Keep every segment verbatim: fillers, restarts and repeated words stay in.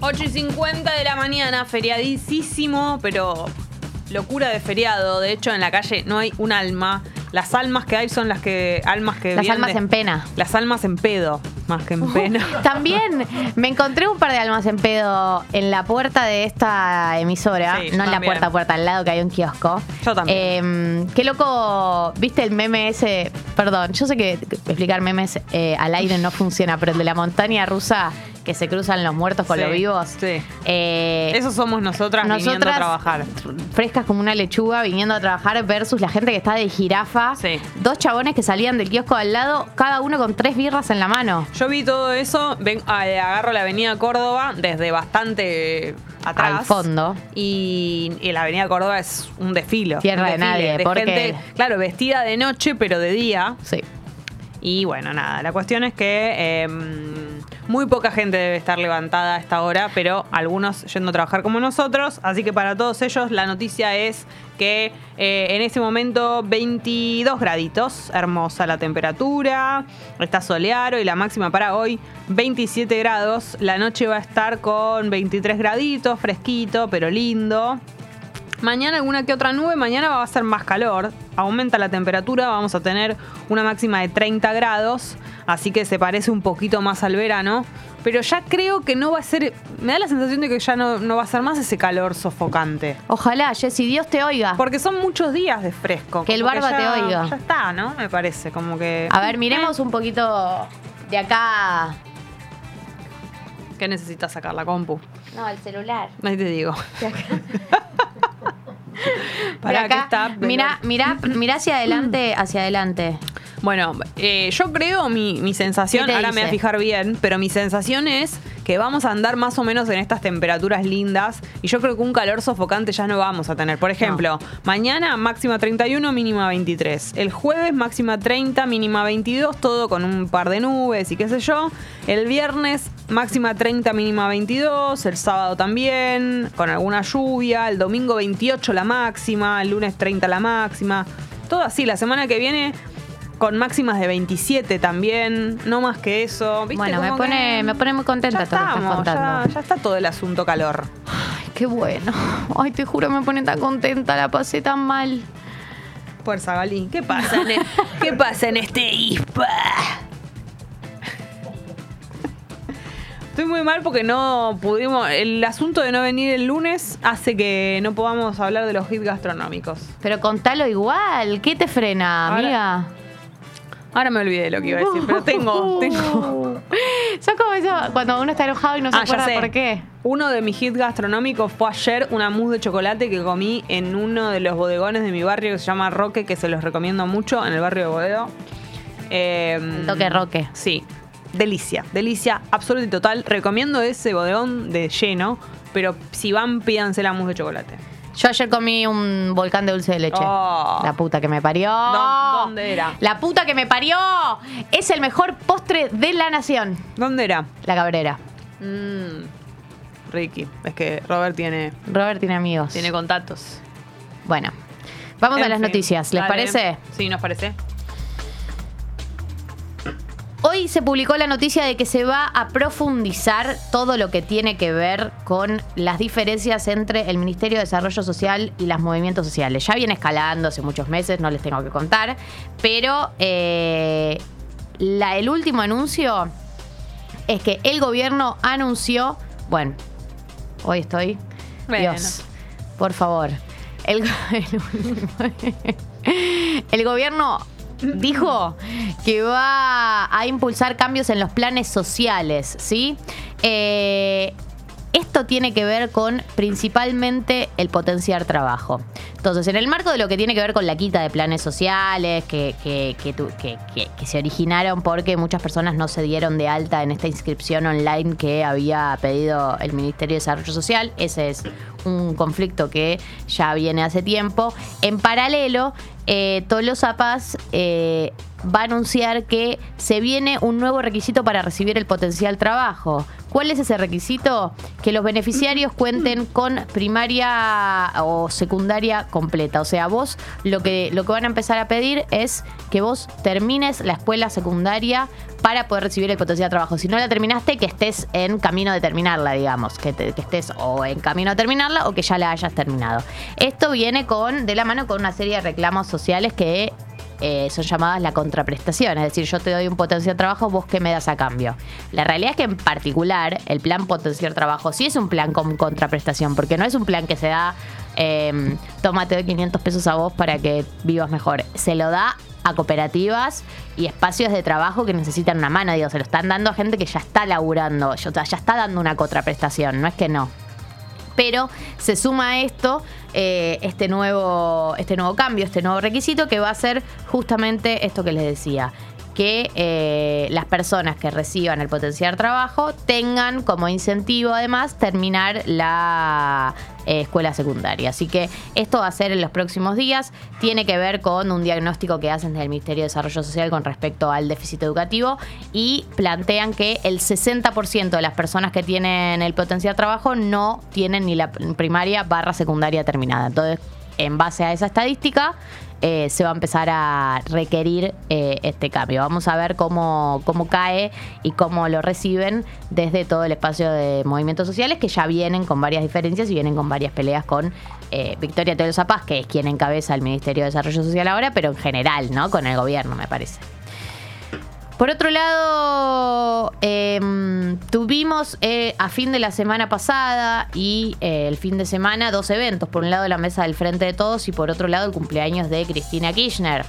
ocho y cincuenta de la mañana, feriadísimo, pero locura de feriado. De hecho, en la calle no hay un alma. Las almas que hay son las que almas que Las vienen almas de- en pena. Las almas en pedo, más que en pena. También me encontré un par de almas en pedo en la puerta de esta emisora. Sí, no en la también. puerta a puerta, al lado que hay un kiosco. Yo también. Eh, qué loco, ¿viste el meme ese? Perdón, yo sé que explicar memes eh, al aire no funciona, pero el de la montaña rusa que se cruzan los muertos con Sí, los vivos. sí. Eh, Eso somos nosotras, viniendo a nosotras, trabajar. frescas como una lechuga, viniendo a trabajar versus la gente que está de jirafa. Sí. Dos chabones que salían del kiosco al lado, cada uno con tres birras en la mano. Yo vi todo eso, ven, ah, agarro la avenida Córdoba desde bastante atrás. Al fondo. Y, y la avenida Córdoba es un desfilo. Tierra un de desfile nadie, porque- gente, claro, vestida de noche, pero de día. Sí. Y bueno, nada, la cuestión es que eh, muy poca gente debe estar levantada a esta hora, pero algunos yendo a trabajar como nosotros. Así que para todos ellos la noticia es que eh, en este momento veintidós graditos, hermosa la temperatura, está soleado y la máxima para hoy veintisiete grados. La noche va a estar con veintitrés graditos, fresquito, pero lindo. Mañana alguna que otra nube, mañana va a ser más calor, aumenta la temperatura, vamos a tener una máxima de treinta grados, así que se parece un poquito más al verano, pero ya creo que no va a ser, me da la sensación de que ya no, no va a ser más ese calor sofocante. Ojalá, Jessy, Dios te oiga. Porque son muchos días de fresco. Que el como barba ya- te oiga. Ya está, ¿no? Me parece, como que... A ver, miremos un poquito de acá. ¿Qué necesitas sacar la compu? No, el celular. Ahí te digo. De acá. Pará, De que acá. está... Mirá, mirá, mirá hacia adelante, hacia adelante. Bueno, eh, yo creo, mi, mi sensación, ¿Qué te ahora me voy a dice? fijar bien, pero mi sensación es que vamos a andar más o menos en estas temperaturas lindas y yo creo que un calor sofocante ya no vamos a tener. Por ejemplo, mañana máxima treinta y uno, mínima veintitrés. El jueves máxima treinta, mínima veintidós, todo con un par de nubes y qué sé yo. El viernes máxima treinta, mínima veintidós. El sábado también, con alguna lluvia. El domingo veintiocho la máxima. El lunes treinta la máxima. Todo así. La semana que viene con máximas de veintisiete también. No más que eso. ¿Viste? Bueno, me Como pone, que me pone muy contenta ya todo lo que estás estamos, contando. ya, ya está todo el asunto calor. Ay, qué bueno. Ay, te juro, me pone tan contenta, la pasé tan mal. Fuerza, Galí. ¿Qué pasa en, el- ¿qué pasa en este I S P A? Estoy muy mal porque no pudimos. El asunto de no venir el lunes hace que no podamos hablar de los hits gastronómicos. Pero contalo igual, ¿qué te frena, Ahora- amiga? Ahora me olvidé lo que iba a decir, pero tengo, tengo. Son como eso, cuando uno está enojado y no se Ah, ya acuerda sé. por qué. Uno de mis hits gastronómicos fue ayer una mousse de chocolate que comí en uno de los bodegones de mi barrio que se llama Roque, que se los recomiendo mucho, en el barrio de Boedo. Eh, Toque Roque. Sí, delicia, delicia absoluta y total. Recomiendo ese bodegón de lleno, pero si van, pídanse la mousse de chocolate. Yo ayer comí un volcán de dulce de leche. Oh. La puta que me parió. ¿Dó- dónde era? La puta que me parió. Es el mejor postre de la nación. ¿Dónde era? La Cabrera. Mm, Ricky, es que Robert tiene, Robert tiene amigos. tiene contactos. Bueno, vamos En a las fin, noticias. ¿Les dale. parece? Sí, nos parece. Hoy se publicó la noticia de que se va a profundizar todo lo que tiene que ver con las diferencias entre el Ministerio de Desarrollo Social y los movimientos sociales. Ya viene escalando hace muchos meses, no les tengo que contar, pero eh, la, el último anuncio es que el gobierno anunció, bueno, hoy estoy, Bueno. Dios, por favor, el, el, el gobierno dijo que va a impulsar cambios en los planes sociales, ¿sí? Eh, esto tiene que ver con principalmente el potenciar trabajo. Entonces, en el marco de lo que tiene que ver con la quita de planes sociales, que, que, que, tu- que- que- que se originaron porque muchas personas no se dieron de alta en esta inscripción online que había pedido el Ministerio de Desarrollo Social, ese es un conflicto que ya viene hace tiempo. En paralelo, eh, Tolosa Paz eh, va a anunciar que se viene un nuevo requisito para recibir el potencial trabajo. ¿Cuál es ese requisito? Que los beneficiarios cuenten con primaria o secundaria completa. O sea, vos lo que, lo que van a empezar a pedir es que vos termines la escuela secundaria para poder recibir el potencial trabajo. Si no la terminaste, que estés en camino de terminarla, digamos. Que, te, que estés o en camino a terminarla o que ya la hayas terminado. Esto viene con de la mano con una serie de reclamos sociales que Eh, son llamadas la contraprestación, es decir, yo te doy un potencial trabajo, vos qué me das a cambio. La realidad es que en particular el plan potencial trabajo sí es un plan con contraprestación, porque no es un plan que se da, eh, toma, te doy quinientos pesos a vos para que vivas mejor. Se lo da a cooperativas y espacios de trabajo que necesitan una mano, digo, se lo están dando a gente que ya está laburando, ya está dando una contraprestación, no es que no. Pero se suma a esto eh, este, nuevo, este nuevo cambio, este nuevo requisito que va a ser justamente esto que les decía, que eh, las personas que reciban el potencial trabajo tengan como incentivo además terminar la eh, escuela secundaria. Así que esto va a ser en los próximos días. Tiene que ver con un diagnóstico que hacen desde el Ministerio de Desarrollo Social con respecto al déficit educativo y plantean que el sesenta por ciento de las personas que tienen el potencial trabajo no tienen ni la primaria barra secundaria terminada. Entonces, en base a esa estadística, eh, se va a empezar a requerir eh, este cambio. Vamos a ver cómo, cómo cae y cómo lo reciben desde todo el espacio de movimientos sociales, que ya vienen con varias diferencias y vienen con varias peleas con eh, Victoria Tolosa Paz, que es quien encabeza el Ministerio de Desarrollo Social ahora, pero en general, ¿no? Con el gobierno, me parece. Por otro lado, eh, tuvimos eh, a fin de la semana pasada y eh, el fin de semana dos eventos. Por un lado, la mesa del Frente de Todos y por otro lado, el cumpleaños de Cristina Kirchner.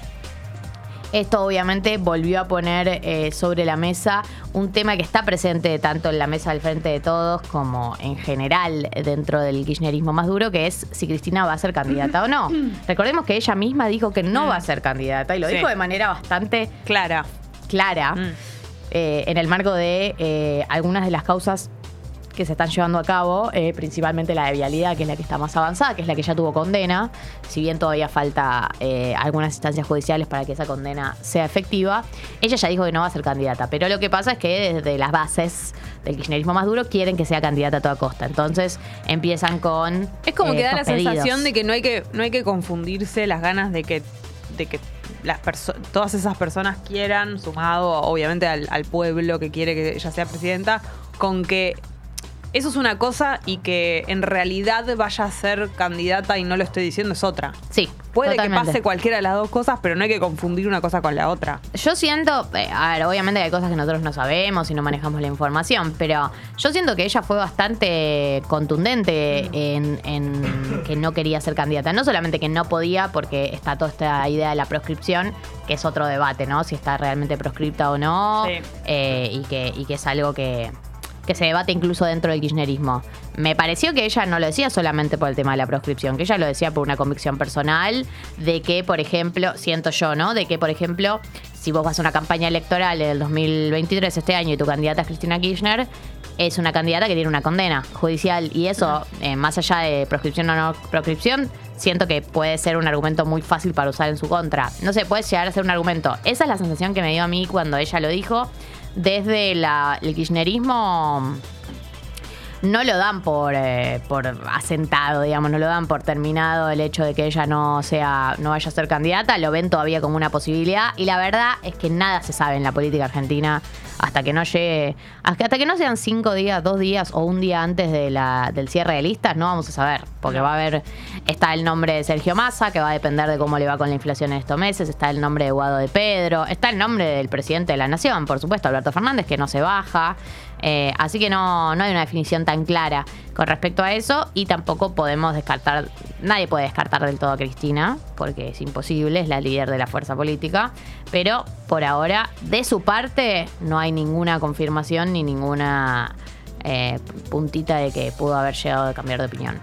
Esto obviamente volvió a poner eh, sobre la mesa un tema que está presente tanto en la mesa del Frente de Todos como en general dentro del kirchnerismo más duro, que es si Cristina va a ser candidata o no. Recordemos que ella misma dijo que no va a ser candidata y lo sí. dijo de manera bastante clara. clara mm. eh, en el marco de eh, algunas de las causas que se están llevando a cabo, eh, principalmente la de vialidad, que es la que está más avanzada, que es la que ya tuvo condena, si bien todavía falta eh, algunas instancias judiciales para que esa condena sea efectiva. Ella ya dijo que no va a ser candidata, pero lo que pasa es que desde las bases del kirchnerismo más duro quieren que sea candidata a toda costa. Entonces empiezan con es como eh, que da la pedidos. sensación de que no hay que no hay que confundirse las ganas de que de que las perso- todas esas personas quieran, sumado obviamente al, al pueblo que quiere que ella sea presidenta, con que eso es una cosa y que en realidad vaya a ser candidata y no lo estoy diciendo es otra. Sí, puede totalmente. que pase cualquiera de las dos cosas, pero no hay que confundir una cosa con la otra. Yo siento, eh, a ver, obviamente hay cosas que nosotros no sabemos y no manejamos la información, pero yo siento que ella fue bastante contundente mm. en, en que no quería ser candidata. No solamente que no podía, porque está toda esta idea de la proscripción, que es otro debate, ¿no? Si está realmente proscripta o no, sí. eh, y, que, y que es algo que... que se debate incluso dentro del kirchnerismo. Me pareció que ella no lo decía solamente por el tema de la proscripción, que ella lo decía por una convicción personal de que, por ejemplo, siento yo, ¿no? De que, por ejemplo, si vos vas a una campaña electoral en el dos mil veintitrés, este año, y tu candidata es Cristina Kirchner, es una candidata que tiene una condena judicial. Y eso, eh, más allá de proscripción o no proscripción, siento que puede ser un argumento muy fácil para usar en su contra. No sé, puede llegar a ser un argumento. Esa es la sensación que me dio a mí cuando ella lo dijo. Desde la, el kirchnerismo no lo dan por, eh, por asentado, digamos, no lo dan por terminado el hecho de que ella no sea, no vaya a ser candidata, lo ven todavía como una posibilidad y la verdad es que nada se sabe en la política argentina hasta que no llegue, hasta que no sean cinco días, dos días o un día antes de la, del cierre de listas, no vamos a saber, porque va a haber, está el nombre de Sergio Massa, que va a depender de cómo le va con la inflación en estos meses, está el nombre de Guado de Pedro, está el nombre del presidente de la Nación, por supuesto, Alberto Fernández, que no se baja. Eh, así que no, no hay una definición tan clara con respecto a eso y tampoco podemos descartar, nadie puede descartar del todo a Cristina porque es imposible, es la líder de la fuerza política, pero por ahora de su parte no hay ninguna confirmación ni ninguna eh, puntita de que pudo haber llegado a cambiar de opinión.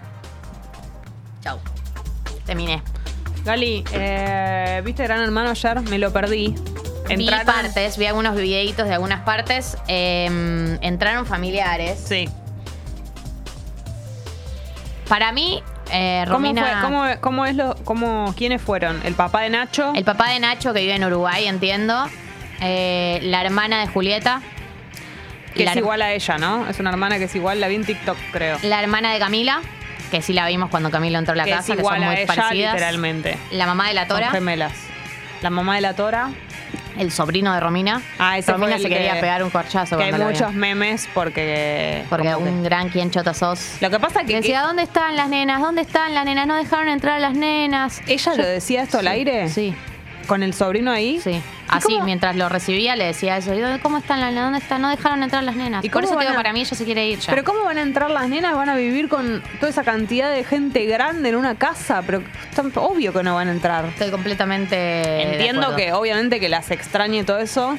Chau, terminé. Gali, eh, ¿viste Gran Hermano ayer? Me lo perdí. Entraron... Vi partes, vi algunos videitos de algunas partes. Eh, entraron familiares. Sí. Para mí, Eh, ¿Cómo Romina, fue? ¿Cómo, cómo es lo, cómo, ¿Quiénes fueron? ¿El papá de Nacho? el papá de Nacho, que vive en Uruguay, entiendo. Eh, la hermana de Julieta. que la es her- igual a ella, ¿no? Es una hermana que es igual, la vi en TikTok, creo. La hermana de Camila, que sí la vimos cuando Camilo entró a la que casa, es que igual son a muy ella, parecidas. literalmente. La mamá de la Son Tora, gemelas. La mamá de la Tora. el sobrino de Romina. Ah, ese Romina fue el se que- quería pegar un corchazo Que hay cuando lo muchos vio. memes porque... Porque como que- un gran quien chota sos. Lo que pasa es Que que... decía, ¿dónde están las nenas? ¿Dónde están las nenas? No dejaron entrar a las nenas. ¿Ella Yo- lo decía esto al Sí, aire? Sí, ¿Con el sobrino ahí? sí. Así, cómo? mientras lo recibía, le decía eso. Y, ¿cómo están las nenas? ¿Dónde están? No dejaron entrar las nenas. ¿Y Por cómo eso van tengo a- para mí, ella se quiere ir ya. Pero ¿cómo van a entrar las nenas? ¿Van a vivir con toda esa cantidad de gente grande en una casa? Pero tan obvio que no van a entrar. Estoy completamente. de Entiendo acuerdo. que obviamente que las extrañe todo eso.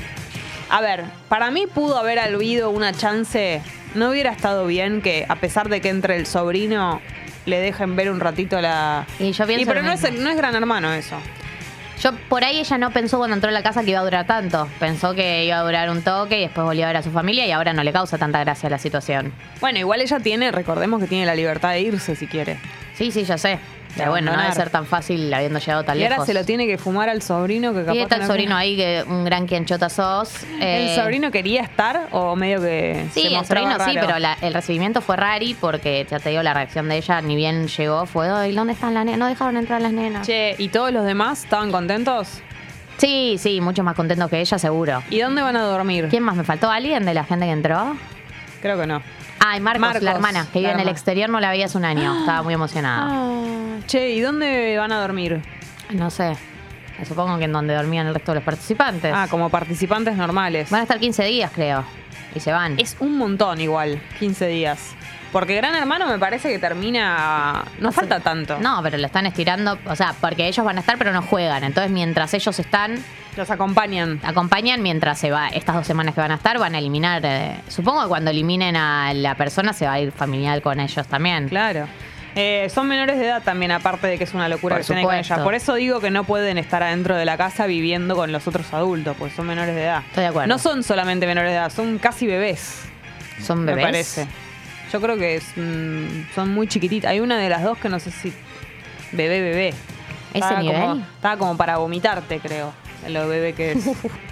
A ver, para mí pudo haber habido una chance. ¿No hubiera estado bien que a pesar de que entre el sobrino le dejen ver un ratito la... Y yo pienso pero lo no es, mismo. no es Gran Hermano eso. Yo, por ahí ella no pensó cuando entró a la casa que iba a durar tanto. Pensó que iba a durar un toque y después volvió a ver a su familia y ahora no le causa tanta gracia la situación. Bueno, igual ella tiene, recordemos que tiene la libertad de irse si quiere. Sí, sí, ya sé. De Pero bueno, no debe abandonar. ser tan fácil habiendo llegado tan Y lejos. ahora se lo tiene que fumar al sobrino que capaz Y está que el no- sobrino ahí, que un gran quien chota sos. ¿El Eh, sobrino quería estar o medio que Sí, se el mostraba sobrino sí, raro? pero la- el recibimiento fue rari porque, ya te digo, la reacción de ella, ni bien llegó, fue, "Ay, ¿dónde están las nenas? No dejaron entrar las nenas". Che, ¿y todos los demás estaban contentos? Sí, sí, mucho más contentos que ella, seguro. ¿Y dónde van a dormir? ¿Quién más? ¿Me faltó alguien de la gente que entró? Creo que no. Ay, Marcos, Marcos, la hermana, que la vive en el hermana. exterior, no la veía hace un año. Estaba muy emocionada. Ah, che, ¿y dónde van a dormir? No sé. Supongo que en donde dormían el resto de los participantes. Ah, como participantes normales. Van a estar quince días, creo. Y se van. Es un montón igual, quince días. Porque Gran Hermano me parece que termina... No Hace- falta tanto. No, pero lo están estirando. O sea, porque ellos van a estar, pero no juegan. Entonces, mientras ellos están, Los acompañan. acompañan, mientras se va, estas dos semanas que van a estar, van a eliminar. eh, supongo que cuando eliminen a la persona se va a ir familiar con ellos también. Claro. Eh, son menores de edad también, aparte de que es una locura Por que tienen con supuesto. ella. Por eso digo que no pueden estar adentro de la casa viviendo con los otros adultos, porque son menores de edad. Estoy de acuerdo. No son solamente menores de edad, son casi bebés. Son bebés. Me parece. Yo creo que es, mm, son muy chiquititas. Hay una de las dos que no sé si... Bebé, bebé. ¿Ese Estaba nivel? Como, estaba como para vomitarte, creo. Lo bebé que es.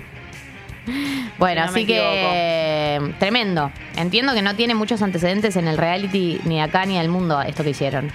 Bueno, Si no me así que eh, tremendo. Entiendo que no tiene muchos antecedentes en el reality ni de acá ni del mundo esto que hicieron.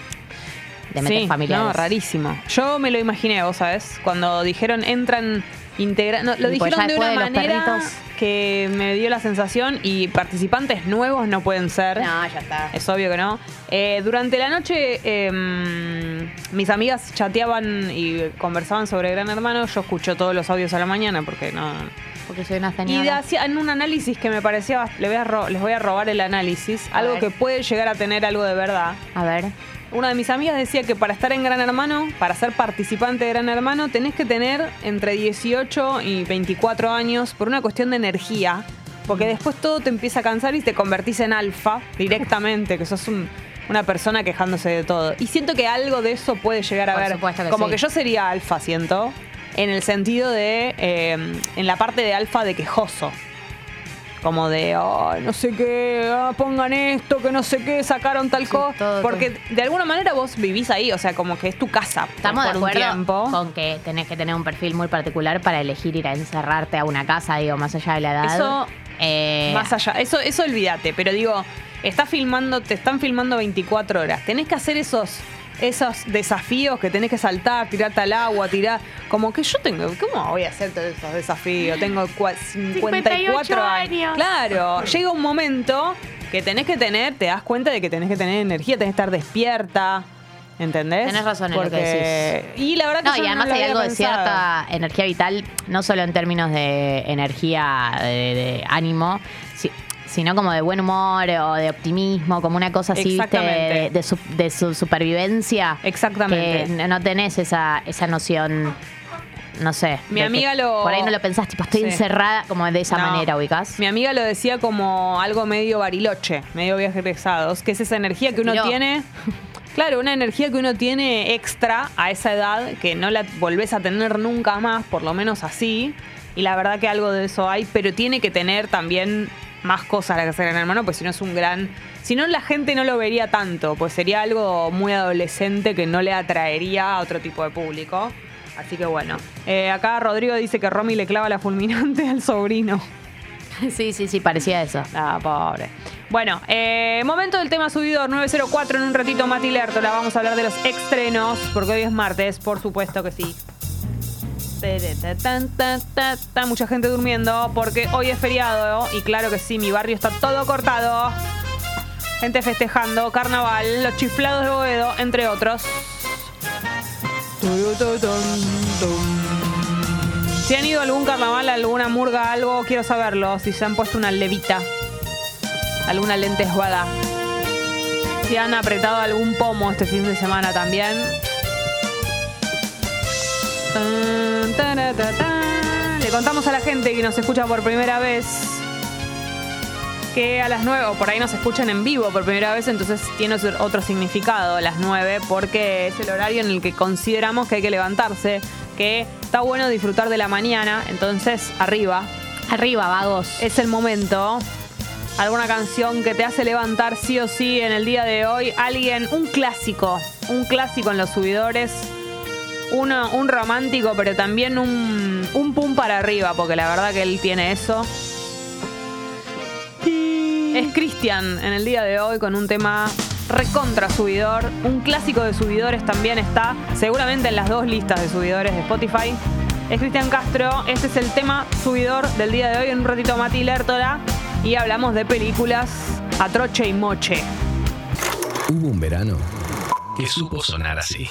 De meter Sí, familiares. no, rarísimo. Yo me lo imaginé, vos sabés, cuando dijeron entran integra no, lo Y pues dijeron ya de una después de los manera perritos. que me dio la sensación y participantes nuevos no pueden ser. No, ya está. Es obvio que no. Eh, durante la noche eh, mis amigas chateaban y conversaban sobre Gran Hermano. Yo escucho todos los audios a la mañana porque no... Porque soy una Y señora. hacían un análisis que me parecía, bast- le voy a ro- les voy a robar el análisis, A algo ver. que puede llegar a tener algo de verdad. A ver. Una de mis amigas decía que para estar en Gran Hermano, para ser participante de Gran Hermano, tenés que tener entre dieciocho y veinticuatro años por una cuestión de energía, porque después todo te empieza a cansar y te convertís en alfa directamente, que sos un- una persona quejándose de todo. Y siento que algo de eso puede llegar a Por ver. supuesto que Como sí. que yo sería alfa, siento, en el sentido de, eh, en la parte de alfa de quejoso. Como de, ay, no sé qué, ah, pongan esto, que no sé qué, sacaron tal Sí, cosa. todo, Porque de alguna manera vos vivís ahí, o sea, como que es tu casa por- Estamos por de un acuerdo tiempo. con que tenés que tener un perfil muy particular para elegir ir a encerrarte a una casa, digo, más allá de la edad. Eso, Eh, Más allá, eso, eso olvídate, pero digo, estás filmando, te están filmando veinticuatro horas. Tenés que hacer esos, esos desafíos que tenés que saltar, tirarte al agua, tirar. Como que yo tengo, ¿cómo voy a hacer todos esos desafíos? Tengo cua- cincuenta y cuatro cincuenta y ocho años. años. Claro, llega un momento que tenés que tener, te das cuenta de que tenés que tener energía, tenés que estar despierta. ¿Entendés? Tenés razón en lo que Porque- Y la verdad que No, yo y además lo hay había algo de pensado. cierta energía vital, no solo en términos de energía de, de ánimo, si- sino como de buen humor o de optimismo, como una cosa así, ¿viste? Exactamente. De, de su, de su supervivencia. Exactamente. Que no tenés esa, esa noción, no sé. Mi de amiga que lo- Por ahí no lo pensás, tipo, estoy Sí. encerrada, como de esa No. manera, ubicás. Mi amiga lo decía como algo medio bariloche, medio viajes egresados, que es esa energía que uno tiró. tiene. Claro, una energía que uno tiene extra a esa edad, que no la volvés a tener nunca más, por lo menos así. Y la verdad que algo de eso hay, pero tiene que tener también más cosas las que hace Gran Hermano, pues si no es un gran... Si no, la gente no lo vería tanto, pues sería algo muy adolescente que no le atraería a otro tipo de público. Así que bueno. Eh, acá Rodrigo dice que Romy le clava la fulminante al sobrino. Sí, sí, sí, parecía eso. Ah, pobre. Bueno, eh, momento del tema subidor nueve cero cuatro. En un ratito, Mati Lertora. Vamos a hablar de los estrenos, porque hoy es martes, por supuesto que sí. Mucha gente durmiendo porque hoy es feriado y claro que sí, mi barrio está todo cortado. Gente festejando, carnaval, los chiflados de Boedo, entre otros. Si han ido a algún carnaval, a alguna murga, algo, quiero saberlo. Si se han puesto una levita, alguna lente esguada. Si han apretado algún pomo este fin de semana también. Le contamos a la gente que nos escucha por primera vez que a las nueve, o por ahí nos escuchan en vivo por primera vez, entonces tiene otro significado a las nueve, porque es el horario en el que consideramos que hay que levantarse, que está bueno disfrutar de la mañana, entonces arriba. Arriba, vagos. Es el momento. Alguna canción que te hace levantar sí o sí en el día de hoy. Alguien, un clásico, un clásico en los subidores. Uno, un romántico, pero también un, un pum para arriba, porque la verdad que él tiene eso. Es Cristian en el día de hoy con un tema recontra subidor. Un clásico de subidores también está seguramente en las dos listas de subidores de Spotify. Es Cristian Castro. Este es el tema subidor del día de hoy. En un ratito Mati Lertora y hablamos de películas a troche y moche. Hubo un verano que supo sonar así.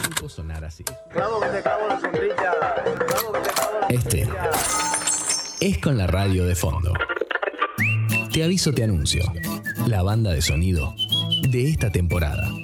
Este es con la radio de fondo. Te aviso, te anuncio. La banda de sonido de esta temporada.